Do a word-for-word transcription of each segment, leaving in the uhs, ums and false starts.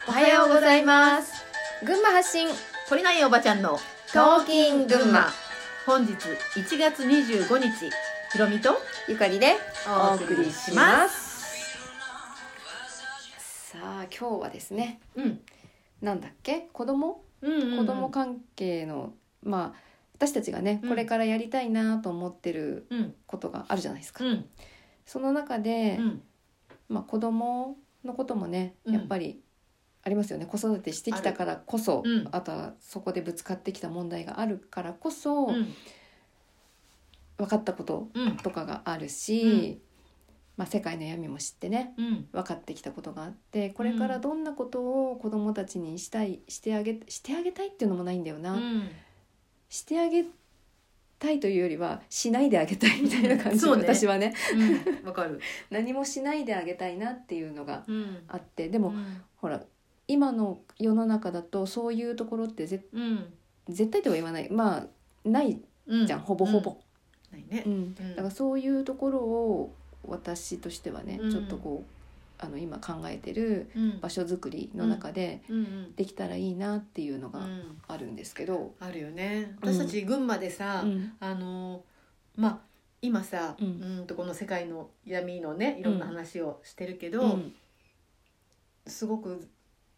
おはようございます。 群馬発信懲りないおばちゃんのトーキン群馬。 本日いちがつにじゅうごにち、ひろみとゆかりでお送りします。 さあ今日はですね、 うん、 なんだっけ子供、 うんうんうん、 子供関係のまあ私たちがね、 うん、 これからやりたいなと思ってるうんことがあるじゃないですか、 うん、 その中で、 うん、 まあ、子供のこともねやっぱりありますよね、子育てしてきたからこそ、 あ,、うん、 あとはそこでぶつかってきた問題があるからこそ、 うん、 分かったこととかがあるし、うんまあ、世界の闇も知ってね、 うん、 分かってきたことがあって、これからどんなことを子どもたちにしたいしてあげしてあげたいっていうのもないんだよな、 うん、 してあげたいというよりはしないであげたいみたいな感じ、 そうね、 私はね、 うん、わかる何もしないであげたいなっていうのがあって、 うん、 でも、 うん、 ほら今の世の中だとそういうところってぜ、 うん、 絶対とは言わない、まあないじゃん、うん、ほぼほぼ、 うん、ないね、 うん、だからそういうところを私としてはね、うん、ちょっとこうあの今考えてる場所づくりの中でできたらいいなっていうのがあるんですけど、うんうん、あるよね。私たち群馬でさ、うん、あのまあ今さ、うん、うんとこの世界の闇のねいろんな話をしてるけど、うん、すごく、うん、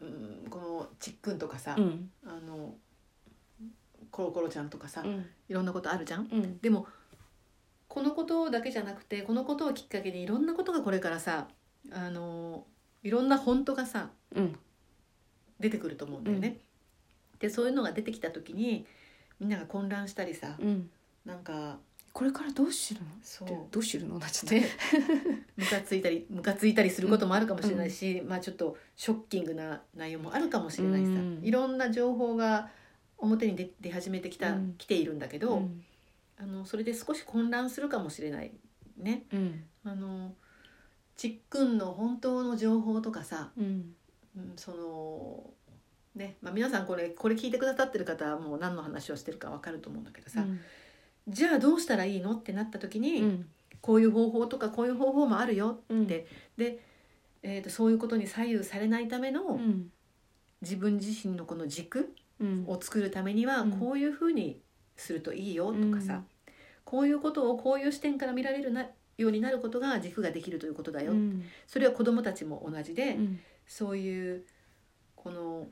このちっくんとかさ、うん、あのコロコロちゃんとかさ、うん、いろんなことあるじゃん、うん、でもこのことだけじゃなくてこのことをきっかけにいろんなことがこれからさあのいろんな本当がさ、うん、出てくると思うんだよね、うん、でそういうのが出てきた時にみんなが混乱したりさ、うん、なんかこれからどうするのそうどうするのなっちゃって、 ね、ムカついたりムカついたりすることもあるかもしれないし、うん、まあちょっとショッキングな内容もあるかもしれないさ、うん、いろんな情報が表に 出, 出始めてきた、うん、来ているんだけど、うん、あのそれで少し混乱するかもしれないね、うん、あのちっくんの本当の情報とかさ、うんうん、そのね、まあ、皆さんこれこれ聞いてくださってる方はもう何の話をしてるか分かると思うんだけどさ、うん、じゃあどうしたらいいのってなった時に、うん、こういう方法とかこういう方法もあるよって、うん、で、えーと、そういうことに左右されないための、うん、自分自身のこの軸を作るためにはこういうふうにするといいよとかさ、うん、こういうことをこういう視点から見られるなようになることが軸ができるということだよ、うん、それは子どもたちも同じで、うん、そういうこの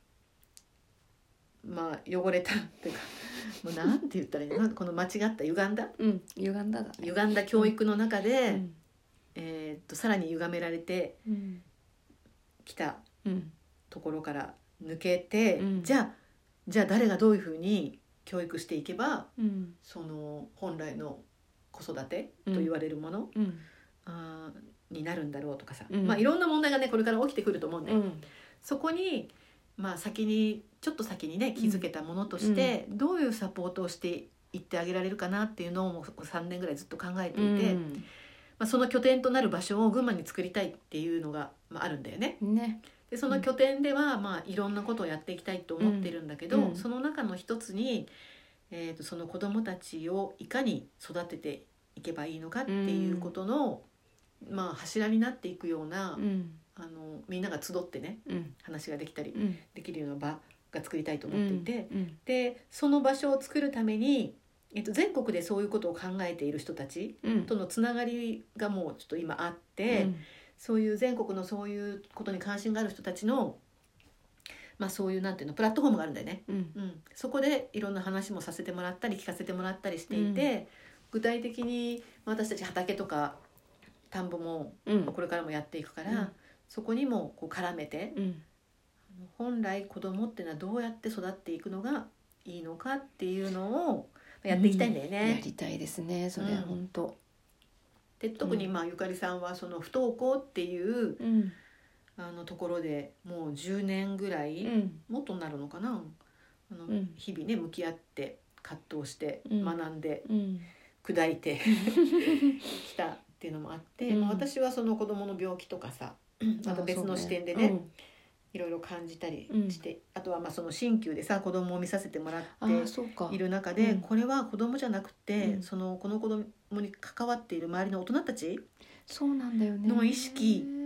まあ汚れたっていうかもうなんて言ったらいいのこの間違った歪んだ、 うん、歪んだだね、 歪んだ教育の中で、うん、えー、っとさらに歪められてきたところから抜けて、うん、じゃあじゃあ誰がどういうふうに教育していけば、うん、その本来の子育てと言われるもの、うん、あになるんだろうとかさ、うん、まあいろんな問題がねこれから起きてくると思うんだよ、うん、そこにまあ先にちょっと先にね気づけたものとして、うん、どういうサポートをしていってあげられるかなっていうのをもうさんねんぐらいずっと考えていて、うんまあ、その拠点となる場所を群馬に作りたいっていうのが、まあ、あるんだよね。 ねでその拠点では、まあ、いろんなことをやっていきたいと思ってるんだけど、うん、その中の一つに、えーと、その子どもたちをいかに育てていけばいいのかっていうことの、うんまあ、柱になっていくような、うん、あのみんなが集ってね、うん、話ができたり、うん、できるような場が作りたいと思っていて、うんうん、でその場所を作るために、えーと、全国でそういうことを考えている人たちとのつながりがもうちょっと今あって、うんそういう全国のそういうことに関心がある人たちの、まあ、そういうなんていうのプラットフォームがあるんだよね、うんうん、そこでいろんな話もさせてもらったり聞かせてもらったりしていて、うん、具体的に私たち畑とか田んぼもこれからもやっていくから、うん、そこにもこう絡めて、うん、本来子供っていうのはどうやって育っていくのがいいのかっていうのをやっていきたいんだよね、 うん、やりたいですねそれ、うん、本当で特にまあゆかりさんはその不登校っていう、うん、あのところでもうじゅうねんぐらい、うん、もっとなるのかなあの、うん、日々ね向き合って葛藤して学んで、うん、砕いてきたっていうのもあって、うんまあ、私はその子どもの病気とかさまた別の視点でね、ねいろいろ感じたりして、うん、あとはまあその鍼灸でさ子供を見させてもらっている中で、うん、これは子供じゃなくて、うん、そのこの子供に関わっている周りの大人たちそうなんだよねの意識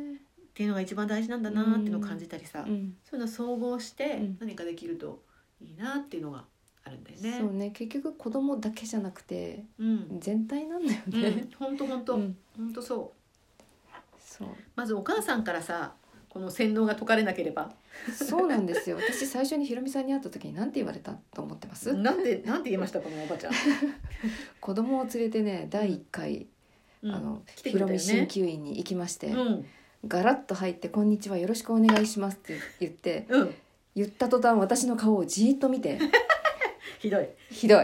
っていうのが一番大事なんだなっていうのを感じたりさ、 うん、 そういうのを総合して何かできるといいなっていうのがあるんだよね。 そうね、結局子供だけじゃなくて、 うん、 全体なんだよね。 本当本当本当そう。 そう。 まずお母さんからさ、この洗脳が解かれなければ。 そうなんですよ。私最初にひろみさんに会った時に何て言われたと思ってます？ なんてなんて言いましたこのおばちゃん。 子供を連れてね、だいいっかい、うん、あの、 来てくれたよね、 ひろみ鍼灸院に行きまして、うん、ガラッと入ってこんにちはよろしくお願いしますって言って、うん、言った途端私の顔をじーっと見てひどいひどい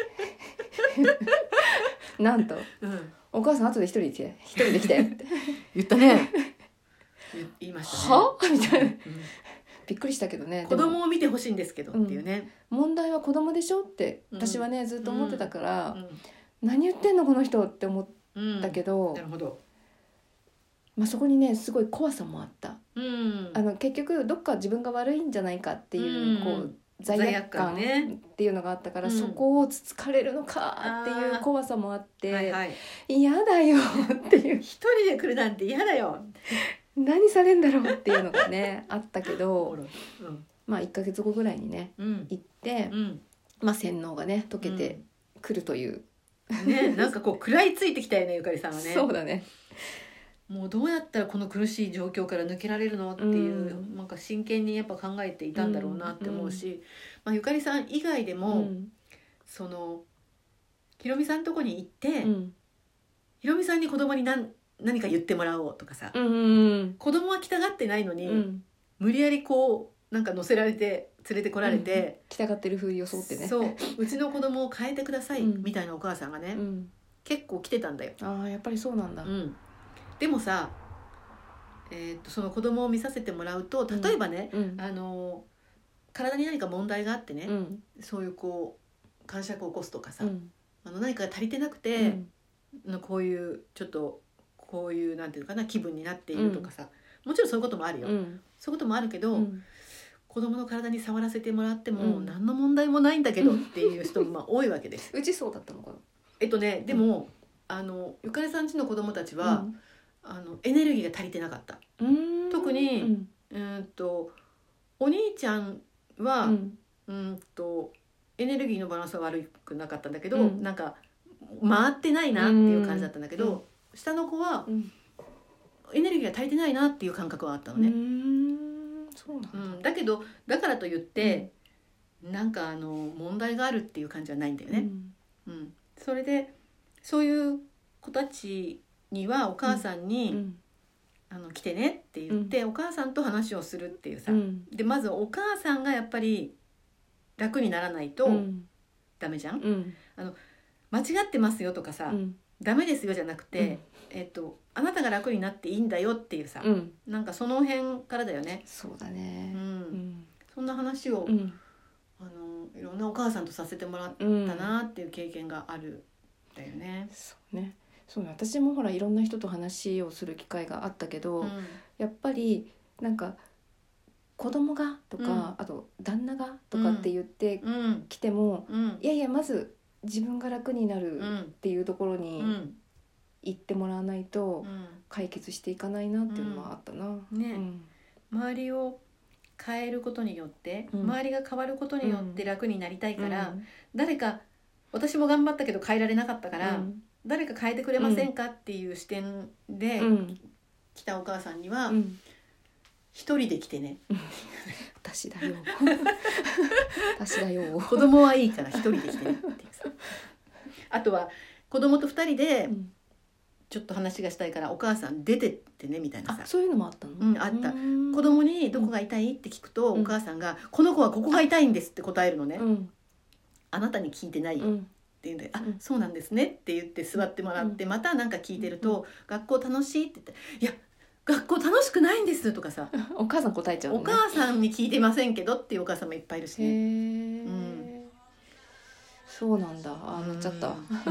なんと、 うん、 お母さん後で一人で来て一人で来てって言ったね。言いましたね。 はみたいな、うん、びっくりしたけどね。 子供を見てほしいんですけどっていうね、 うん、問題は子供でしょって私はね、うん、ずっと思ってたから、うん、何言ってんのこの人って思ったけど、 うん、なるほど。 まあ、そこにねすごい怖さもあった、 うん、 あの結局どっか自分が悪いんじゃないかっていう、うん、こう罪悪感っていうのがあったから、ね、そこをつつかれるのかっていう怖さもあって、はいはい、嫌だよっていう一人で来るなんて嫌だよ何されんだろうっていうのがねあったけど、うん、まあいっかげつごぐらいにね、うん、行って、うん、まあ、洗脳がね解けてくるという、 うん、ね、なんかこう食らいついてきたよねゆかりさんはね。 そうだね。 もうどうやったらこの苦しい状況から抜けられるのっていう、うん、なんか真剣にやっぱ考えていたんだろうなって思うし、うん、まあ、ゆかりさん以外でも、うん、そのひろみさんのとこに行って、うん、ひろみさんに子供に何何か言ってもらおうとかさ、うんうん、子供は来たがってないのに、うん、無理やりこうなんか乗せられて連れてこられて、うん、 来たがってる風装ってね、 そううちの子供を変えてください、うん、みたいなお母さんがね、うん、結構来てたんだよ。 ああやっぱりそうなんだ、 うん、でもさ、えー、とその子供を見させてもらうと例えばね、うん、あの体に何か問題があってね、うん、そういうこう感触を起こすとかさ、うん、あの何かが足りてなくて、うん、こういうちょっとこういうなんていうのかな気分になっているとかさ、うん、もちろんそういうこともあるよ、うん、そういうこともあるけど、うん、子供の体に触らせてもらっても、うん、何の問題もないんだけどっていう人もまあ多いわけです。 うちそうだったのかな。 えっとねでも、うん、あのゆかりさんちの子供たちは、うん、あのエネルギーが足りてなかった。特に、うん、うんとお兄ちゃんは、うん、うんとエネルギーのバランスは悪くなかったんだけど、うん、なんか回ってないなっていう感じだったんだけど、うん、下の子は、うん、エネルギーが足りてないなっていう感覚はあったのね。うーんそうなんだ、うん、だけどだからといって、うん、なんかあの問題があるっていう感じはないんだよね、うんうん、それでそういう子たちにはお母さんに、うん、あの来てねって言って、うん、お母さんと話をするっていうさ、うん、でまずお母さんがやっぱり楽にならないとダメじゃん、うん、あの間違ってますよとかさ、うん、ダメですよじゃなくて、うん、えっと、あなたが楽になっていいんだよっていうさ、うん、なんかその辺からだよね。 そうだね、 うんうん、そんな話を、うん、あのいろんなお母さんとさせてもらったなっていう経験があるんだよね、 うん、そうねそうね、私もほらいろんな人と話をする機会があったけど、うん、やっぱりなんか子供がとか、うん、あと旦那がとかって言ってきても、うん、いやいやまず自分が楽になるっていうところに行ってもらわないと解決していかないなっていうのはあったな、 うんねうん、周りを変えることによって、うん、周りが変わることによって楽になりたいから、うん、誰か私も頑張ったけど変えられなかったから、うん、誰か変えてくれませんかっていう視点で来たお母さんには、うん、一人で来てね私だよ私だよ子供はいいから一人で来てねっていうさあとは子供と二人でちょっと話がしたいからお母さん出てってねみたいなさ、 あそういうのもあったの、 うん、あった。子供にどこが痛いって聞くと、うん、お母さんがこの子はここが痛いんですって答えるのね、うん、あなたに聞いてないよ、うんっていうんで、あ、そうなんですねって言って座ってもらって、またなんか聞いてると、学校楽しいって言って、いや学校楽しくないんですとかさお母さん答えちゃうのね。 お母さんに聞いてませんけどっていうお母さんもいっぱいいるしね。へー、うん、そうなんだ。あ乗っちゃった、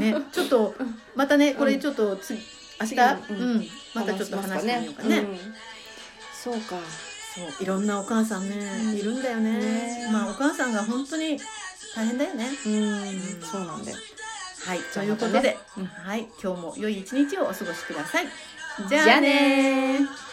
ね、ちょっとまたねこれちょっとつ、うん、明日、うんうん、またちょっと話してみようかね、うん、 そうかそういろんなお母さんね、うん、いるんだよね、ねまあお母さんが本当に大変だよね。 うん、うん、そうなんだよ。 はい、ということで、うん、はい、今日も良い一日をお過ごしください。じゃあねー。